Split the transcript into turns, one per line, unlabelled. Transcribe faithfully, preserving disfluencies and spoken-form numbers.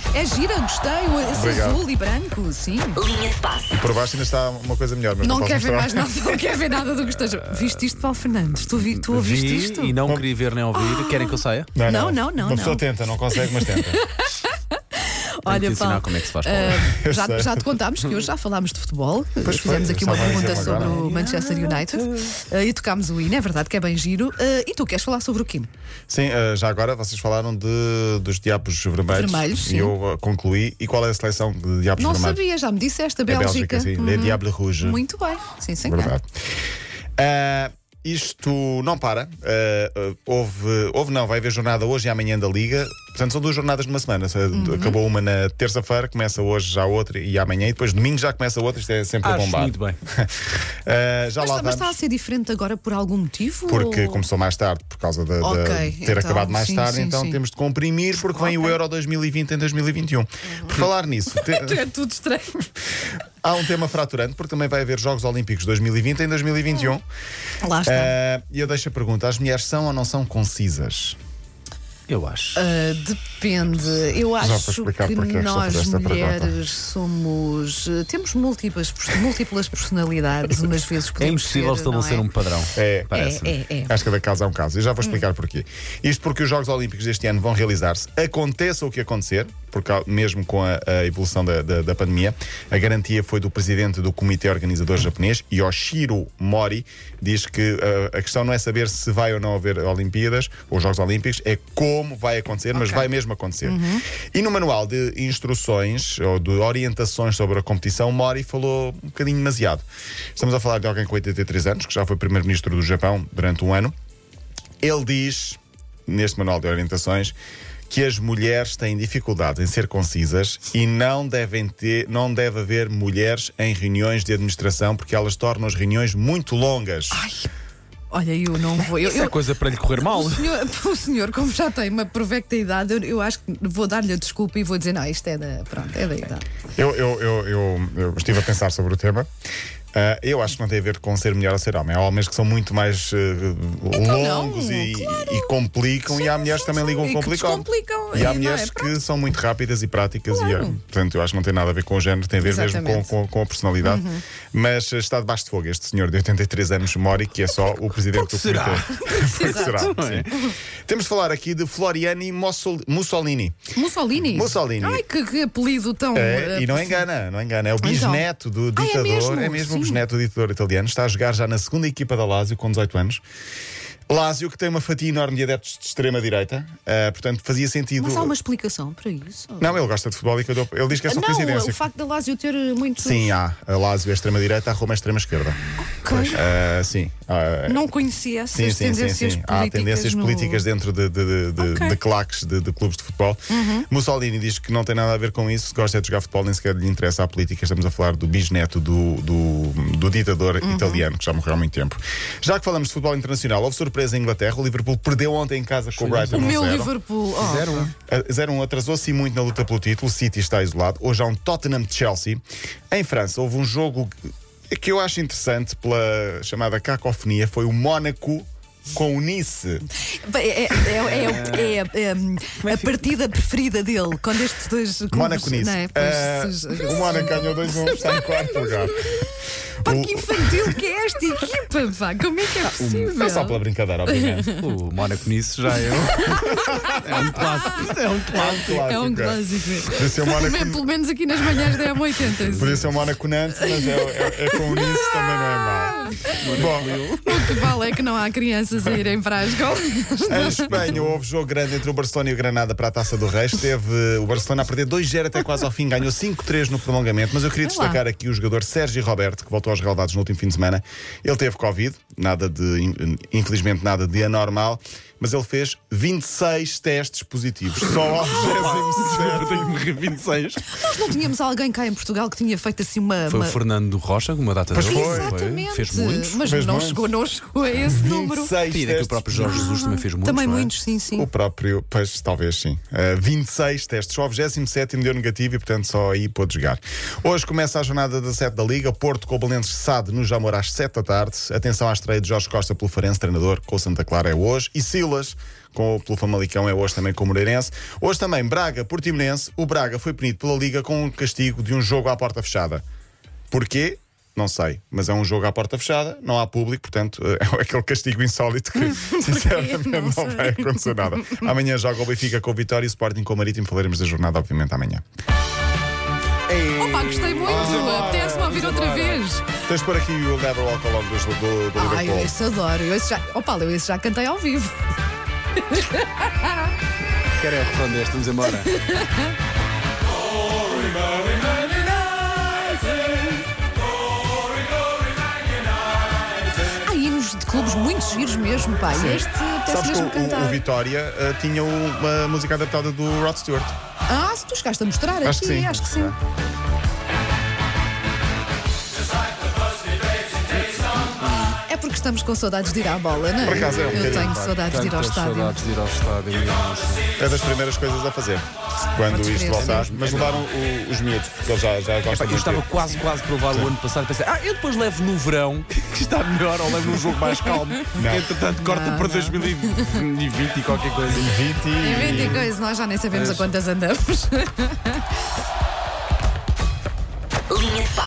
É gira, gostei. Esse
Obrigado.
azul e branco, sim.
Linha de passe.
E por baixo ainda está uma coisa melhor, mas não,
Não
posso
quer ver
mostrar.
mais nada, não quer ver nada do que esteja. Viste isto, Paulo Fernandes? Tu, vi, tu ouviste
Vi
isto?
e não queria ver nem ouvir. Querem que eu saia?
Não, não, não,
Uma
não.
pessoa tenta, não consegue, mas tenta.
Tenho que
Olha,
ensinar
Paulo,
como é que se faz.
ah,
Eu
já,
sei.
já te contámos que hoje já falámos de futebol.
Pois
Fizemos
foi,
aqui uma
estava a
pergunta
dizer
sobre
agora.
o Manchester United ah, e tocámos o hino, é verdade que é bem giro. Ah, e tu queres falar sobre o quê?
Sim, eh, já agora vocês falaram de, dos Diabos Vermelhos.
Vermelhos, sim.
E eu eh, concluí. E qual é a seleção de Diabos
Não
Vermelhos?
sabia, já me disseste, a
É
Bélgica.
Bélgica, sim.
Uhum.
Les Diables Rouges.
Muito bem, sim, senhor.
Verdade. Ah, isto não para. Ah, ah, houve, houve, não, vai haver jornada hoje e amanhã da Liga. Portanto, são duas jornadas numa semana.
Uhum.
Acabou uma na terça-feira, começa hoje já outra e amanhã, e depois domingo já começa outra. Isto é sempre a
Acho
bombar.
muito bem.
Ah, já
Mas,
lá
mas
vamos.
está a ser diferente agora por algum motivo?
Porque
ou-
começou mais tarde, por causa de, de
Ok,
ter
então,
acabado mais
sim,
tarde,
sim,
então
sim.
temos de comprimir, porque vem o
Ok.
Euro dois mil e vinte em dois mil e vinte e um. Por falar nisso, te-
É tudo estranho.
há um tema fraturante, porque também vai haver Jogos Olímpicos dois mil e vinte em dois mil e vinte e um.
Lá está.
Ah, E eu deixo a pergunta: as mulheres são ou não são concisas?
Eu acho.
Ah, depende. Eu
vou
acho
explicar
que
porque é que estou a
nós
fazer esta pergunta.
mulheres somos. eh, Temos múltiplas, múltiplas personalidades, umas vezes
É
podemos
impossível
ser,
estabelecer
não é?
um padrão.
É.
Parece-me.
É, é, é.
Acho que cada caso é um caso. E já vou explicar porquê. Isto porque os Jogos Olímpicos deste ano vão realizar-se, aconteça o que acontecer, porque mesmo com a, a evolução da, da, da pandemia, a garantia foi do presidente do comitê organizador japonês, Yoshiro Mori, diz que uh, a questão não é saber se vai ou não haver Olimpíadas ou Jogos Olímpicos, é como vai acontecer, mas
Ok.
vai mesmo acontecer. E no manual de instruções ou de orientações sobre a competição, Mori falou um bocadinho demasiado. Estamos a falar de alguém com oitenta e três anos, que já foi primeiro-ministro do Japão durante um ano. Ele diz, neste manual de orientações, que as mulheres têm dificuldades em ser concisas e não devem ter, não deve haver mulheres em reuniões de administração, porque elas tornam as reuniões muito longas.
Ai, olha, eu não vou. Eu,
Isso é
eu-
coisa para lhe correr mal.
o, senhor, o senhor, como já tem uma provecta idade, eu, eu acho que vou dar-lhe a desculpa e vou dizer: não, isto é da. Pronto, é da idade.
Eu, eu, eu, eu, eu estive a pensar sobre o tema. Ah, eu acho que não tem a ver com ser mulher ou ser homem. Há homens que são muito mais ah,
não,
longos e,
claro.
e complicam,
Sim,
e há mulheres
sim,
que também
sim.
ligam
E que
complicado.
descomplicam,
E há
e não
mulheres
é?
que são muito rápidas e práticas, e,
Claro.
ah, portanto, eu acho que não tem nada a ver com o género, tem a ver mesmo com,
Exatamente.
com, com a personalidade. Mas ah, está debaixo de fogo este senhor de oitenta e três anos, Mori, que é só o presidente do
será?
comitê. Porque
Exato.
será?
Não é?
Sim. Temos de falar aqui de Floriani Mossol- Mussolini.
Mussolini.
Mussolini.
Ai, que, que apelido tão.
É,
eh,
e não engana, não engana. É o
Então.
bisneto do
Ah, é
ditador.
mesmo?
É mesmo o
Sim.
bisneto do ditador italiano. Está a jogar já na segunda equipa da Lazio com dezoito anos. Lazio, que tem uma fatia enorme de adeptos de extrema-direita, ah, portanto fazia sentido.
Mas há uma explicação para isso?
Não, ele gosta de futebol e que eu dou- ele diz que é só
não,
coincidência.
o facto da Lazio ter muitos.
Sim, há. A Lazio é extrema-direita, a Roma é extrema-esquerda.
Ok.
Ah, sim. Ah,
Não conhecia essas
Sim, sim, sim,
tendências
sim.
políticas.
Há tendências
no-
políticas dentro de, de, de,
Ok.
de claques de, de clubes de futebol. Mussolini diz que não tem nada a ver com isso, gosta é de jogar futebol, nem sequer lhe interessa a política. Estamos a falar do bisneto do, do, do ditador italiano, que já morreu há muito tempo. Já que falamos de futebol internacional, houve surpresa em Inglaterra. O Liverpool perdeu ontem em casa com o Brighton.
O meu
um zero.
Liverpool. oh.
Zero um.
A zero um atrasou-se muito na luta pelo título. O City está isolado. Hoje há um Tottenham-Chelsea. Em França houve um jogo que eu acho interessante pela chamada cacofonia. Foi o Mónaco com o Nice.
Bem, É, é, é, é, é, a partida preferida dele, quando estes dois clubes,
Mónaco-Nice.
não é?
Ah,
Pois, se-
o Mónaco ganhou dois a um, está em quarto lugar.
Pá,
o-
que infantil que é esta equipa, pá, como é que é possível?
Foi só pela brincadeira, obviamente.
O Mónaco nisso já é um, é um clássico. É um clássico.
É um clássico.
Podia ser o Mónaco,
Pelo pelo menos aqui nas manhãs da M oitenta.
podia ser o Mónaco Nantes, mas é, é, é com o Nice, também não é mau. Bom,
O que vale é que não há crianças a irem para a escola.
em Espanha houve jogo grande entre o Barcelona e o Granada para a Taça do Rei. Esteve o Barcelona a perder dois a zero até quase ao fim, ganhou cinco a três no prolongamento. Mas eu queria
Olha lá.
destacar aqui o jogador Sérgio Roberto, que voltou aos relevados no último fim de semana. Ele teve Covid, nada de, infelizmente nada de anormal, mas ele fez vinte e seis testes positivos. Só ao
Eu tenho
vigésimo sétimo.
que morrer vinte e seis.
Nós não tínhamos alguém cá em Portugal que tinha feito assim uma.
Foi
uma...
o Fernando Rocha, uma data
Pois
dele.
foi.
Exatamente.
Fez muitos.
Mas
Fez
não,
muitos.
Chegou, não chegou a esse número.
vinte e seis
E daqui o
testes.
próprio Jorge Jesus também fez muitos.
Também
não é?
muitos, sim, sim.
O próprio, pois talvez sim. Uh, vinte e seis testes, só o vigésimo sétimo deu negativo e, portanto, só aí pôde jogar. Hoje começa a jornada dezessete da Liga. Porto com o Belenenses S A D no Jamor às sete da tarde. Atenção à estreia de Jorge Costa pelo Farense, treinador com o Santa Clara é hoje. E Silas Vilas, com, pelo Famalicão, é hoje também com o Moreirense. Hoje também Braga, Portimonense. O Braga foi punido pela Liga com um castigo de um jogo à porta fechada. Porquê? Não sei, mas é um jogo à porta fechada, não há público, portanto é aquele castigo insólito que sinceramente
Não
não,
sei.
vai acontecer nada. Amanhã joga o Benfica com o Vitória e o Sporting com o Marítimo. Falaremos da jornada, obviamente, amanhã.
Opa, gostei muito. Apetece-me ouvir outra vez.
Tens por aqui o Never Walk Alone do, do, do
Ai, eu
Liverpool.
esse adoro. Eu esse já... Opa, eu esse já cantei ao vivo.
Quero é o refrão deste, vamos embora.
Há hinos de clubes muito giros mesmo, pá. E este apetece
Sabes que
mesmo
o,
cantar.
o, o Vitória uh, tinha uma música adaptada do Rod Stewart.
Ah, se tu chegaste a mostrar
Acho
aqui,
que sim.
acho que sim. É porque estamos com saudades de ir à bola, não é?
Por acaso é um
Eu
bocadinho,
tenho
pá.
saudades de ir ao
Tantas
estádio.
saudades de ir ao estádio. meu.
É das primeiras coisas a fazer quando
Podes
isto
crer,
voltar.
sim.
Mas levaram o- os miúdos, porque eles já, já gostam
Pá, eu
muito.
estava quase, quase para levar o ano passado. Pensei, ah, eu depois levo no verão, que está melhor, ou levo num jogo mais calmo.
Não.
Entretanto, corta
Não,
para
não.
dois mil e vinte e qualquer coisa.
vinte
Em
e...
vinte e coisa, nós já nem sabemos a quantas andamos.
Linha de